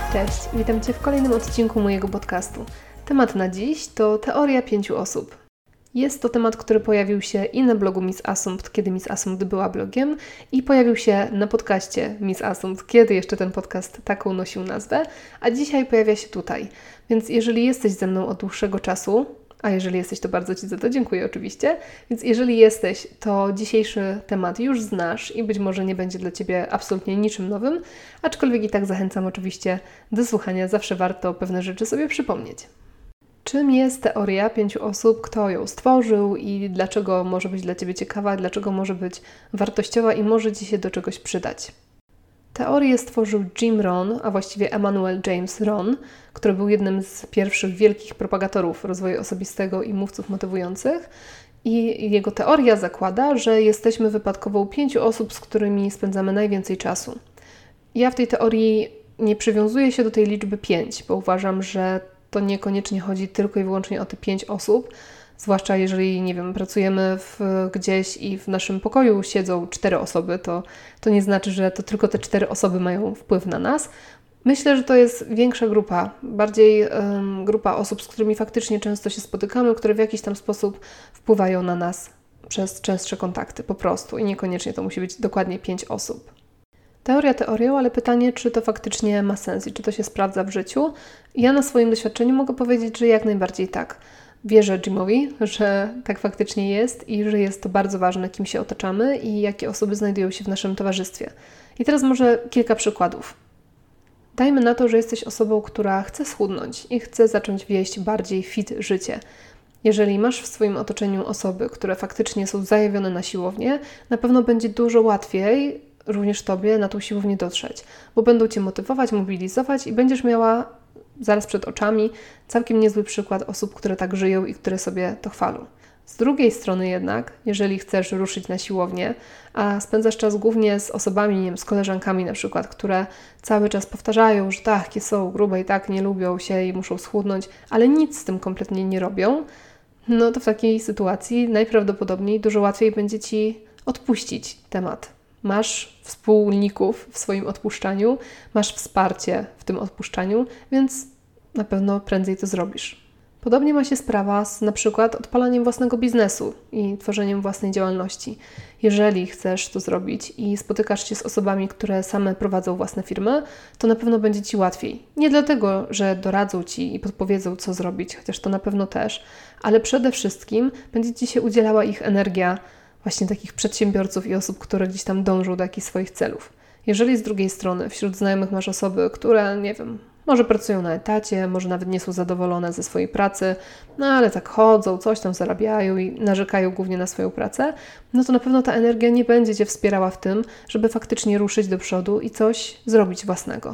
Cześć, witam Cię w kolejnym odcinku mojego podcastu. Temat na dziś to teoria 5 osób. Jest to temat, który pojawił się i na blogu Miss Assumpta, kiedy Miss Assumpta była blogiem, i pojawił się na podcaście Miss Assumpta, kiedy jeszcze ten podcast taką nosił nazwę, a dzisiaj pojawia się tutaj. Więc jeżeli jesteś ze mną od dłuższego czasu, a jeżeli jesteś, to bardzo Ci za to dziękuję oczywiście, więc jeżeli jesteś, to dzisiejszy temat już znasz i być może nie będzie dla Ciebie absolutnie niczym nowym, aczkolwiek i tak zachęcam oczywiście do słuchania, zawsze warto pewne rzeczy sobie przypomnieć. Czym jest teoria 5 osób, kto ją stworzył i dlaczego może być dla Ciebie ciekawa, dlaczego może być wartościowa i może Ci się do czegoś przydać? Teorię stworzył Jim Rohn, a właściwie Emmanuel James Rohn, który był jednym z pierwszych wielkich propagatorów rozwoju osobistego i mówców motywujących. I jego teoria zakłada, że jesteśmy wypadkową 5 osób, z którymi spędzamy najwięcej czasu. Ja w tej teorii nie przywiązuję się do tej liczby 5, bo uważam, że to niekoniecznie chodzi tylko i wyłącznie o te 5 osób, zwłaszcza jeżeli, nie wiem, pracujemy gdzieś i w naszym pokoju siedzą 4 osoby, to nie znaczy, że to tylko te 4 osoby mają wpływ na nas. Myślę, że to jest większa grupa, bardziej grupa osób, z którymi faktycznie często się spotykamy, które w jakiś tam sposób wpływają na nas przez częstsze kontakty po prostu i niekoniecznie to musi być dokładnie 5 osób. Teoria teorią, ale pytanie, czy to faktycznie ma sens i czy to się sprawdza w życiu. Ja na swoim doświadczeniu mogę powiedzieć, że jak najbardziej tak. Wierzę Jimowi, że tak faktycznie jest i że jest to bardzo ważne, kim się otaczamy i jakie osoby znajdują się w naszym towarzystwie. I teraz może kilka przykładów. Dajmy na to, że jesteś osobą, która chce schudnąć i chce zacząć wieść bardziej fit życie. Jeżeli masz w swoim otoczeniu osoby, które faktycznie są zajawione na siłownię, na pewno będzie dużo łatwiej również Tobie na tą siłownię dotrzeć, bo będą Cię motywować, mobilizować i będziesz miała zaraz przed oczami całkiem niezły przykład osób, które tak żyją i które sobie to chwalą. Z drugiej strony jednak, jeżeli chcesz ruszyć na siłownię, a spędzasz czas głównie z osobami, nie wiem, z koleżankami na przykład, które cały czas powtarzają, że takie są grube i tak nie lubią się i muszą schudnąć, ale nic z tym kompletnie nie robią, no to w takiej sytuacji najprawdopodobniej dużo łatwiej będzie Ci odpuścić temat. Masz wspólników w swoim odpuszczaniu, masz wsparcie w tym odpuszczaniu, więc na pewno prędzej to zrobisz. Podobnie ma się sprawa z na przykład odpalaniem własnego biznesu i tworzeniem własnej działalności. Jeżeli chcesz to zrobić i spotykasz się z osobami, które same prowadzą własne firmy, to na pewno będzie Ci łatwiej. Nie dlatego, że doradzą Ci i podpowiedzą, co zrobić, chociaż to na pewno też, ale przede wszystkim będzie Ci się udzielała ich energia, właśnie takich przedsiębiorców i osób, które gdzieś tam dążą do jakichś swoich celów. Jeżeli z drugiej strony wśród znajomych masz osoby, które, nie wiem, może pracują na etacie, może nawet nie są zadowolone ze swojej pracy, no ale tak chodzą, coś tam zarabiają i narzekają głównie na swoją pracę, no to na pewno ta energia nie będzie Cię wspierała w tym, żeby faktycznie ruszyć do przodu i coś zrobić własnego.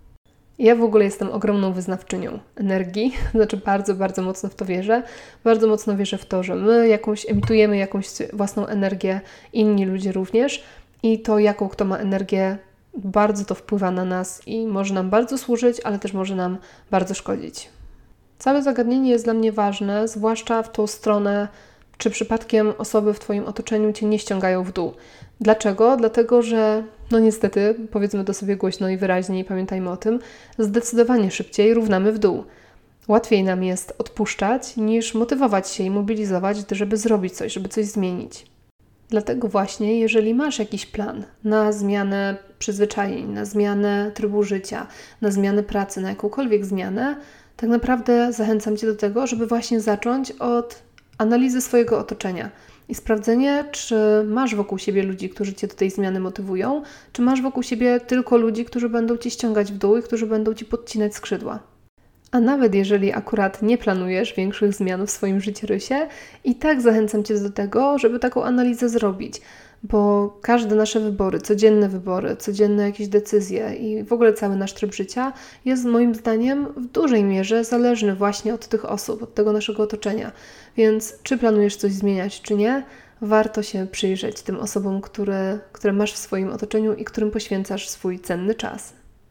Ja w ogóle jestem ogromną wyznawczynią energii, znaczy bardzo, bardzo mocno w to wierzę. Bardzo mocno wierzę w to, że my emitujemy jakąś własną energię, inni ludzie również i to, jaką kto ma energię, bardzo to wpływa na nas i może nam bardzo służyć, ale też może nam bardzo szkodzić. Całe zagadnienie jest dla mnie ważne, zwłaszcza w tą stronę, czy przypadkiem osoby w Twoim otoczeniu Cię nie ściągają w dół. Dlaczego? Dlatego, że no niestety, powiedzmy to sobie głośno i wyraźnie i pamiętajmy o tym, zdecydowanie szybciej równamy w dół. Łatwiej nam jest odpuszczać, niż motywować się i mobilizować, żeby zrobić coś, żeby coś zmienić. Dlatego właśnie, jeżeli masz jakiś plan na zmianę przyzwyczajeń, na zmianę trybu życia, na zmianę pracy, na jakąkolwiek zmianę, tak naprawdę zachęcam Cię do tego, żeby właśnie zacząć od analizy swojego otoczenia i sprawdzenie, czy masz wokół siebie ludzi, którzy Cię do tej zmiany motywują, czy masz wokół siebie tylko ludzi, którzy będą Cię ściągać w dół i którzy będą Ci podcinać skrzydła. A nawet jeżeli akurat nie planujesz większych zmian w swoim życiorysie, i tak zachęcam Cię do tego, żeby taką analizę zrobić, bo każde nasze wybory, codzienne jakieś decyzje i w ogóle cały nasz tryb życia jest moim zdaniem w dużej mierze zależny właśnie od tych osób, od tego naszego otoczenia. Więc czy planujesz coś zmieniać, czy nie, warto się przyjrzeć tym osobom, które masz w swoim otoczeniu i którym poświęcasz swój cenny czas.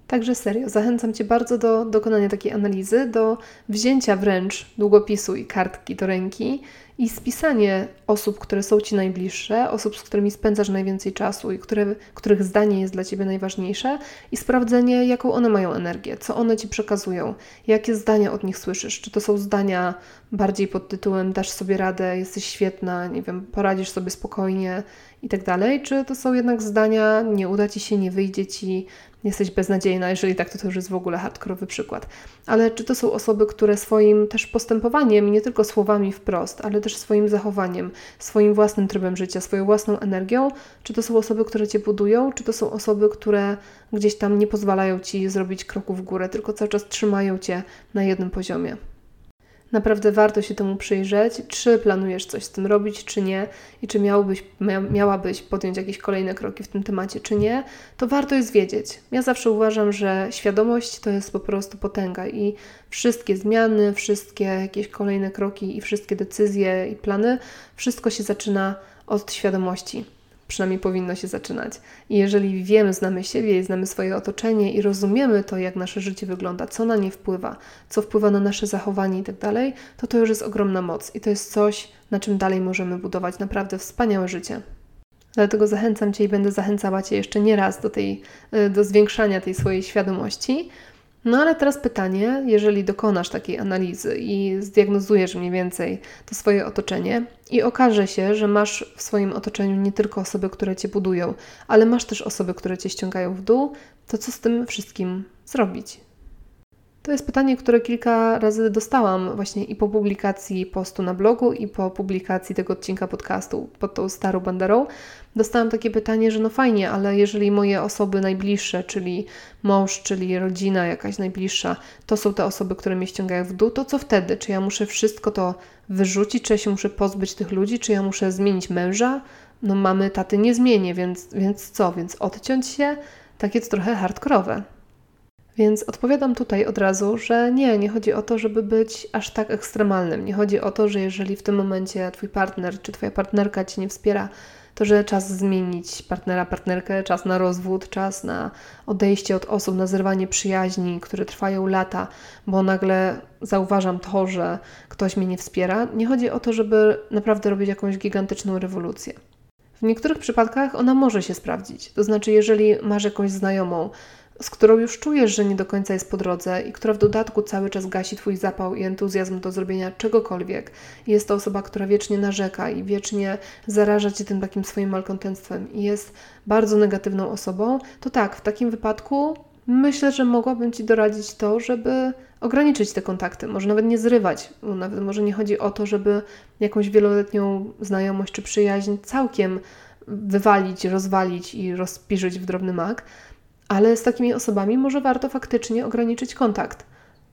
Także serio, zachęcam Cię bardzo do dokonania takiej analizy, do wzięcia wręcz długopisu i kartki do ręki i spisanie osób, które są Ci najbliższe, osób, z którymi spędzasz najwięcej czasu i których zdanie jest dla Ciebie najważniejsze i sprawdzenie, jaką one mają energię, co one Ci przekazują, jakie zdania od nich słyszysz. Czy to są zdania bardziej pod tytułem dasz sobie radę, jesteś świetna, nie wiem, poradzisz sobie spokojnie i tak dalej, czy to są jednak zdania nie uda Ci się, nie wyjdzie Ci, jesteś beznadziejna, jeżeli tak, to już jest w ogóle hardkorowy przykład. Ale czy to są osoby, które swoim też postępowaniem, nie tylko słowami wprost, ale też swoim zachowaniem, swoim własnym trybem życia, swoją własną energią, czy to są osoby, które Cię budują, czy to są osoby, które gdzieś tam nie pozwalają Ci zrobić kroku w górę, tylko cały czas trzymają Cię na jednym poziomie. Naprawdę warto się temu przyjrzeć, czy planujesz coś z tym robić, czy nie i czy miałabyś podjąć jakieś kolejne kroki w tym temacie, czy nie, to warto jest wiedzieć. Ja zawsze uważam, że świadomość to jest po prostu potęga i wszystkie zmiany, wszystkie jakieś kolejne kroki i wszystkie decyzje i plany, wszystko się zaczyna od świadomości. Przynajmniej powinno się zaczynać. I jeżeli wiemy, znamy siebie i znamy swoje otoczenie i rozumiemy to, jak nasze życie wygląda, co na nie wpływa, co wpływa na nasze zachowanie i tak dalej, to już jest ogromna moc i to jest coś, na czym dalej możemy budować naprawdę wspaniałe życie. Dlatego zachęcam Cię i będę zachęcała Cię jeszcze nie raz do zwiększania tej swojej świadomości. No ale teraz pytanie, jeżeli dokonasz takiej analizy i zdiagnozujesz mniej więcej to swoje otoczenie i okaże się, że masz w swoim otoczeniu nie tylko osoby, które Cię budują, ale masz też osoby, które Cię ściągają w dół, to co z tym wszystkim zrobić? To jest pytanie, które kilka razy dostałam właśnie i po publikacji postu na blogu, i po publikacji tego odcinka podcastu pod tą starą banderą. Dostałam takie pytanie, że no fajnie, ale jeżeli moje osoby najbliższe, czyli mąż, czyli rodzina jakaś najbliższa, to są te osoby, które mnie ściągają w dół, to co wtedy? Czy ja muszę wszystko to wyrzucić, czy ja się muszę pozbyć tych ludzi, czy ja muszę zmienić męża? No mamy, taty nie zmienię, więc co? Więc odciąć się? Takie to trochę hardkorowe. Więc odpowiadam tutaj od razu, że nie chodzi o to, żeby być aż tak ekstremalnym. Nie chodzi o to, że jeżeli w tym momencie Twój partner czy Twoja partnerka Cię nie wspiera, to że czas zmienić partnera, partnerkę, czas na rozwód, czas na odejście od osób, na zerwanie przyjaźni, które trwają lata, bo nagle zauważam to, że ktoś mnie nie wspiera. Nie chodzi o to, żeby naprawdę robić jakąś gigantyczną rewolucję. W niektórych przypadkach ona może się sprawdzić. To znaczy, jeżeli masz jakąś znajomą, z którą już czujesz, że nie do końca jest po drodze i która w dodatku cały czas gasi Twój zapał i entuzjazm do zrobienia czegokolwiek. Jest to osoba, która wiecznie narzeka i wiecznie zaraża Cię tym takim swoim malkontentstwem i jest bardzo negatywną osobą, to tak, w takim wypadku myślę, że mogłabym Ci doradzić to, żeby ograniczyć te kontakty, może nawet nie zrywać, nawet może nie chodzi o to, żeby jakąś wieloletnią znajomość czy przyjaźń całkiem wywalić, rozwalić i rozpiżyć w drobny mak, ale z takimi osobami może warto faktycznie ograniczyć kontakt.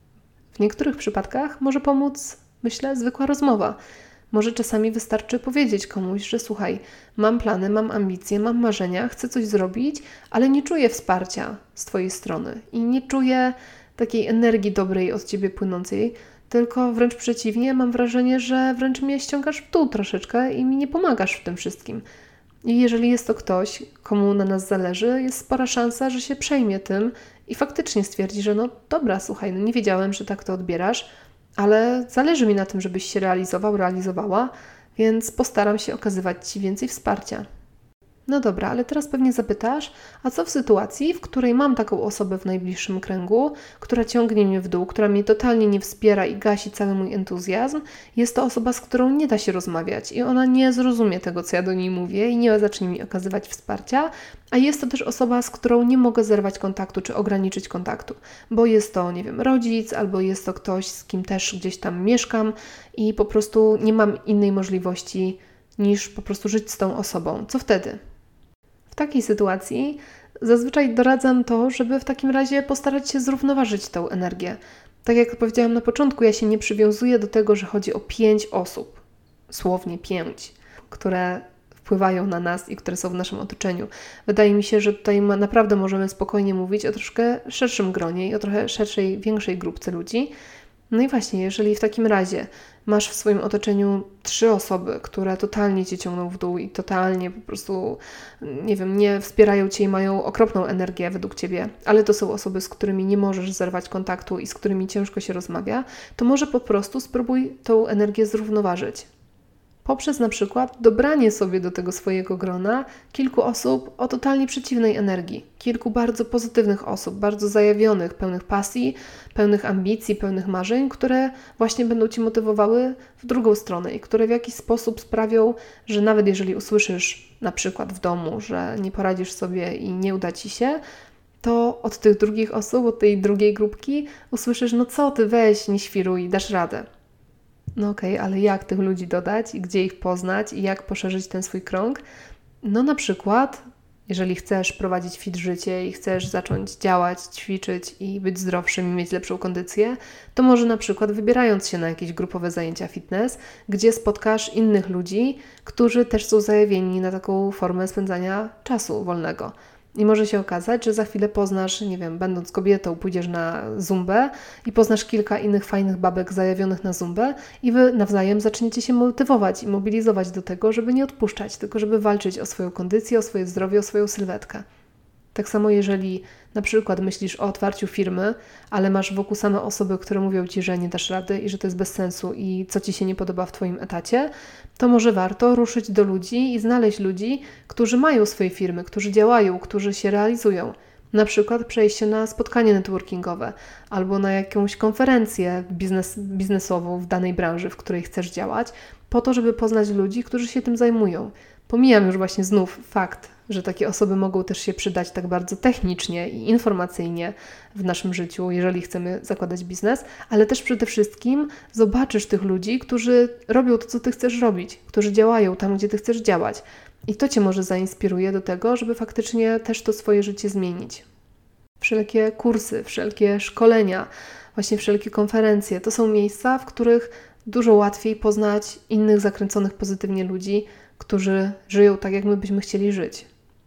W niektórych przypadkach może pomóc, myślę, zwykła rozmowa. Może czasami wystarczy powiedzieć komuś, że słuchaj, mam plany, mam ambicje, mam marzenia, chcę coś zrobić, ale nie czuję wsparcia z Twojej strony i nie czuję takiej energii dobrej od Ciebie płynącej, tylko wręcz przeciwnie, mam wrażenie, że wręcz mnie ściągasz w dół troszeczkę i mi nie pomagasz w tym wszystkim. I jeżeli jest to ktoś, komu na nas zależy, jest spora szansa, że się przejmie tym i faktycznie stwierdzi, że no dobra, słuchaj, no nie wiedziałem, że tak to odbierasz, ale zależy mi na tym, żebyś się realizowała, więc postaram się okazywać Ci więcej wsparcia. No dobra, ale teraz pewnie zapytasz, a co w sytuacji, w której mam taką osobę w najbliższym kręgu, która ciągnie mnie w dół, która mnie totalnie nie wspiera i gasi cały mój entuzjazm? Jest to osoba, z którą nie da się rozmawiać i ona nie zrozumie tego, co ja do niej mówię i nie zacznie mi okazywać wsparcia, a jest to też osoba, z którą nie mogę zerwać kontaktu czy ograniczyć kontaktu, bo jest to, nie wiem, rodzic albo jest to ktoś, z kim też gdzieś tam mieszkam i po prostu nie mam innej możliwości niż po prostu żyć z tą osobą. Co wtedy? W takiej sytuacji zazwyczaj doradzam to, żeby w takim razie postarać się zrównoważyć tą energię. Tak jak powiedziałam na początku, ja się nie przywiązuję do tego, że chodzi o 5 osób, słownie 5, które wpływają na nas i które są w naszym otoczeniu. Wydaje mi się, że tutaj naprawdę możemy spokojnie mówić o troszkę szerszym gronie i o trochę szerszej, większej grupce ludzi. No i właśnie, jeżeli w takim razie masz w swoim otoczeniu 3 osoby, które totalnie Cię ciągną w dół i totalnie po prostu, nie wiem, nie wspierają Cię i mają okropną energię według Ciebie, ale to są osoby, z którymi nie możesz zerwać kontaktu i z którymi ciężko się rozmawia, to może po prostu spróbuj tą energię zrównoważyć. Poprzez na przykład dobranie sobie do tego swojego grona kilku osób o totalnie przeciwnej energii, kilku bardzo pozytywnych osób, bardzo zajawionych, pełnych pasji, pełnych ambicji, pełnych marzeń, które właśnie będą Cię motywowały w drugą stronę i które w jakiś sposób sprawią, że nawet jeżeli usłyszysz na przykład w domu, że nie poradzisz sobie i nie uda Ci się, to od tych drugich osób, od tej drugiej grupki usłyszysz, no co ty, weź, nie świruj, dasz radę. No okej, ale jak tych ludzi dodać i gdzie ich poznać i jak poszerzyć ten swój krąg? No na przykład, jeżeli chcesz prowadzić fit życie i chcesz zacząć działać, ćwiczyć i być zdrowszym i mieć lepszą kondycję, to może na przykład wybierając się na jakieś grupowe zajęcia fitness, gdzie spotkasz innych ludzi, którzy też są zajawieni na taką formę spędzania czasu wolnego. I może się okazać, że za chwilę poznasz, nie wiem, będąc kobietą, pójdziesz na zumbę i poznasz kilka innych fajnych babek zajawionych na zumbę i wy nawzajem zaczniecie się motywować i mobilizować do tego, żeby nie odpuszczać, tylko żeby walczyć o swoją kondycję, o swoje zdrowie, o swoją sylwetkę. Tak samo jeżeli na przykład myślisz o otwarciu firmy, ale masz wokół same osoby, które mówią Ci, że nie dasz rady i że to jest bez sensu i co Ci się nie podoba w Twoim etacie, to może warto ruszyć do ludzi i znaleźć ludzi, którzy mają swoje firmy, którzy działają, którzy się realizują. Na przykład przejść się na spotkanie networkingowe albo na jakąś konferencję biznesową w danej branży, w której chcesz działać, po to, żeby poznać ludzi, którzy się tym zajmują. Pomijam już właśnie znów fakt, że takie osoby mogą też się przydać tak bardzo technicznie i informacyjnie w naszym życiu, jeżeli chcemy zakładać biznes, ale też przede wszystkim zobaczysz tych ludzi, którzy robią to, co Ty chcesz robić, którzy działają tam, gdzie Ty chcesz działać. I to Cię może zainspiruje do tego, żeby faktycznie też to swoje życie zmienić. Wszelkie kursy, wszelkie szkolenia, właśnie wszelkie konferencje, to są miejsca, w których dużo łatwiej poznać innych zakręconych pozytywnie ludzi, którzy żyją tak, jak my byśmy chcieli żyć.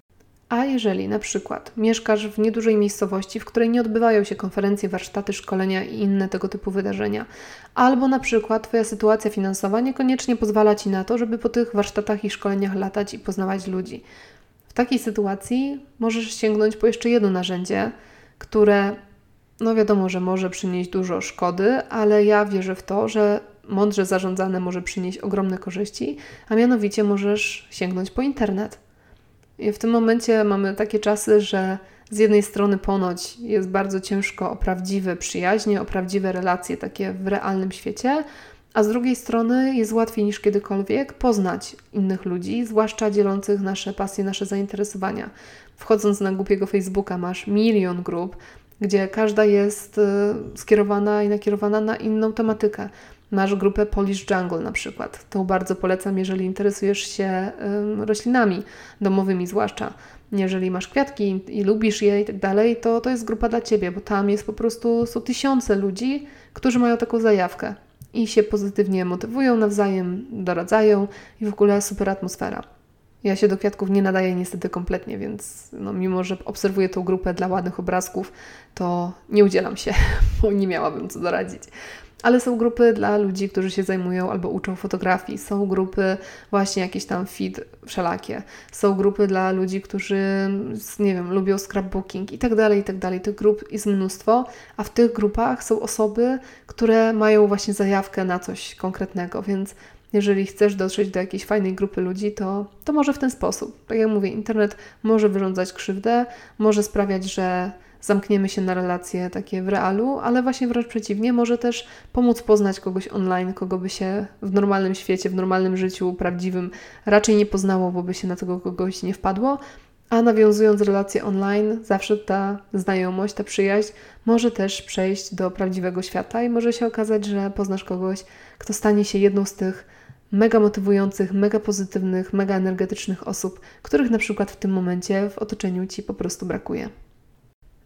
A jeżeli na przykład mieszkasz w niedużej miejscowości, w której nie odbywają się konferencje, warsztaty, szkolenia i inne tego typu wydarzenia, albo na przykład Twoja sytuacja finansowa niekoniecznie pozwala Ci na to, żeby po tych warsztatach i szkoleniach latać i poznawać ludzi. W takiej sytuacji możesz sięgnąć po jeszcze jedno narzędzie, które, no wiadomo, że może przynieść dużo szkody, ale ja wierzę w to, że mądrze zarządzane może przynieść ogromne korzyści, a mianowicie możesz sięgnąć po internet. I w tym momencie mamy takie czasy, że z jednej strony ponoć jest bardzo ciężko o prawdziwe przyjaźnie, o prawdziwe relacje takie w realnym świecie, a z drugiej strony jest łatwiej niż kiedykolwiek poznać innych ludzi, zwłaszcza dzielących nasze pasje, nasze zainteresowania. Wchodząc na głupiego Facebooka masz milion grup, gdzie każda jest skierowana i nakierowana na inną tematykę. Masz grupę Polish Jungle na przykład. To bardzo polecam, jeżeli interesujesz się roślinami domowymi zwłaszcza. Jeżeli masz kwiatki i lubisz je i tak dalej, to jest grupa dla Ciebie, bo tam jest po prostu, są tysiące ludzi, którzy mają taką zajawkę i się pozytywnie motywują, nawzajem doradzają i w ogóle super atmosfera. Ja się do kwiatków nie nadaję niestety kompletnie, więc mimo, że obserwuję tą grupę dla ładnych obrazków, to nie udzielam się, bo nie miałabym co doradzić. Ale są grupy dla ludzi, którzy się zajmują albo uczą fotografii. Są grupy właśnie jakieś tam fit wszelakie. Są grupy dla ludzi, którzy, nie wiem, lubią scrapbooking i tak dalej, i tak dalej. Tych grup jest mnóstwo, a w tych grupach są osoby, które mają właśnie zajawkę na coś konkretnego, więc jeżeli chcesz dotrzeć do jakiejś fajnej grupy ludzi, to może w ten sposób. Tak jak mówię, internet może wyrządzać krzywdę, może sprawiać, że zamkniemy się na relacje takie w realu, ale właśnie wręcz przeciwnie, może też pomóc poznać kogoś online, kogo by się w normalnym świecie, w normalnym życiu prawdziwym raczej nie poznało, bo by się na tego kogoś nie wpadło, a nawiązując relacje online, zawsze ta znajomość, ta przyjaźń może też przejść do prawdziwego świata i może się okazać, że poznasz kogoś, kto stanie się jedną z tych mega motywujących, mega pozytywnych, mega energetycznych osób, których na przykład w tym momencie w otoczeniu Ci po prostu brakuje.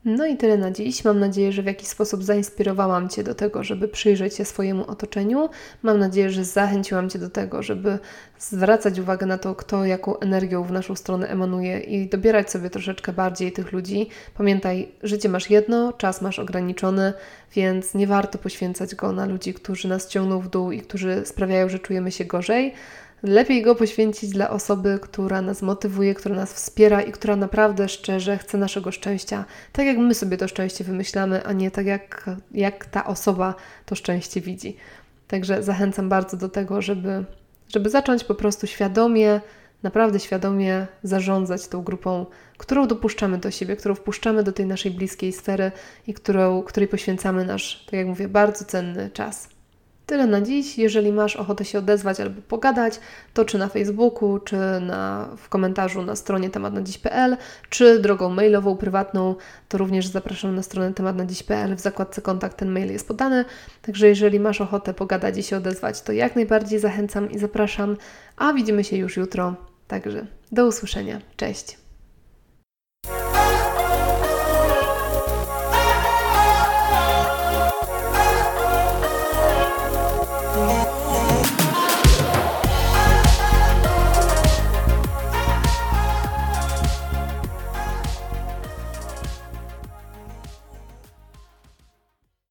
No i tyle na dziś. Mam nadzieję, że w jakiś sposób zainspirowałam Cię do tego, żeby przyjrzeć się swojemu otoczeniu. Mam nadzieję, że zachęciłam Cię do tego, żeby zwracać uwagę na to, kto jaką energią w naszą stronę emanuje i dobierać sobie troszeczkę bardziej tych ludzi. Pamiętaj, życie masz jedno, czas masz ograniczony, więc nie warto poświęcać go na ludzi, którzy nas ciągną w dół i którzy sprawiają, że czujemy się gorzej. Lepiej go poświęcić dla osoby, która nas motywuje, która nas wspiera i która naprawdę szczerze chce naszego szczęścia. Tak jak my sobie to szczęście wymyślamy, a nie tak jak ta osoba to szczęście widzi. Także zachęcam bardzo do tego, żeby zacząć po prostu świadomie, naprawdę świadomie zarządzać tą grupą, którą dopuszczamy do siebie, którą wpuszczamy do tej naszej bliskiej sfery i której poświęcamy nasz, tak jak mówię, bardzo cenny czas. Tyle na dziś. Jeżeli masz ochotę się odezwać albo pogadać, to czy na Facebooku, czy w komentarzu na stronie tematnadziś.pl, czy drogą mailową, prywatną, to również zapraszam na stronę tematnadziś.pl. W zakładce kontakt ten mail jest podany. Także jeżeli masz ochotę pogadać i się odezwać, to jak najbardziej zachęcam i zapraszam. A widzimy się już jutro. Także do usłyszenia. Cześć!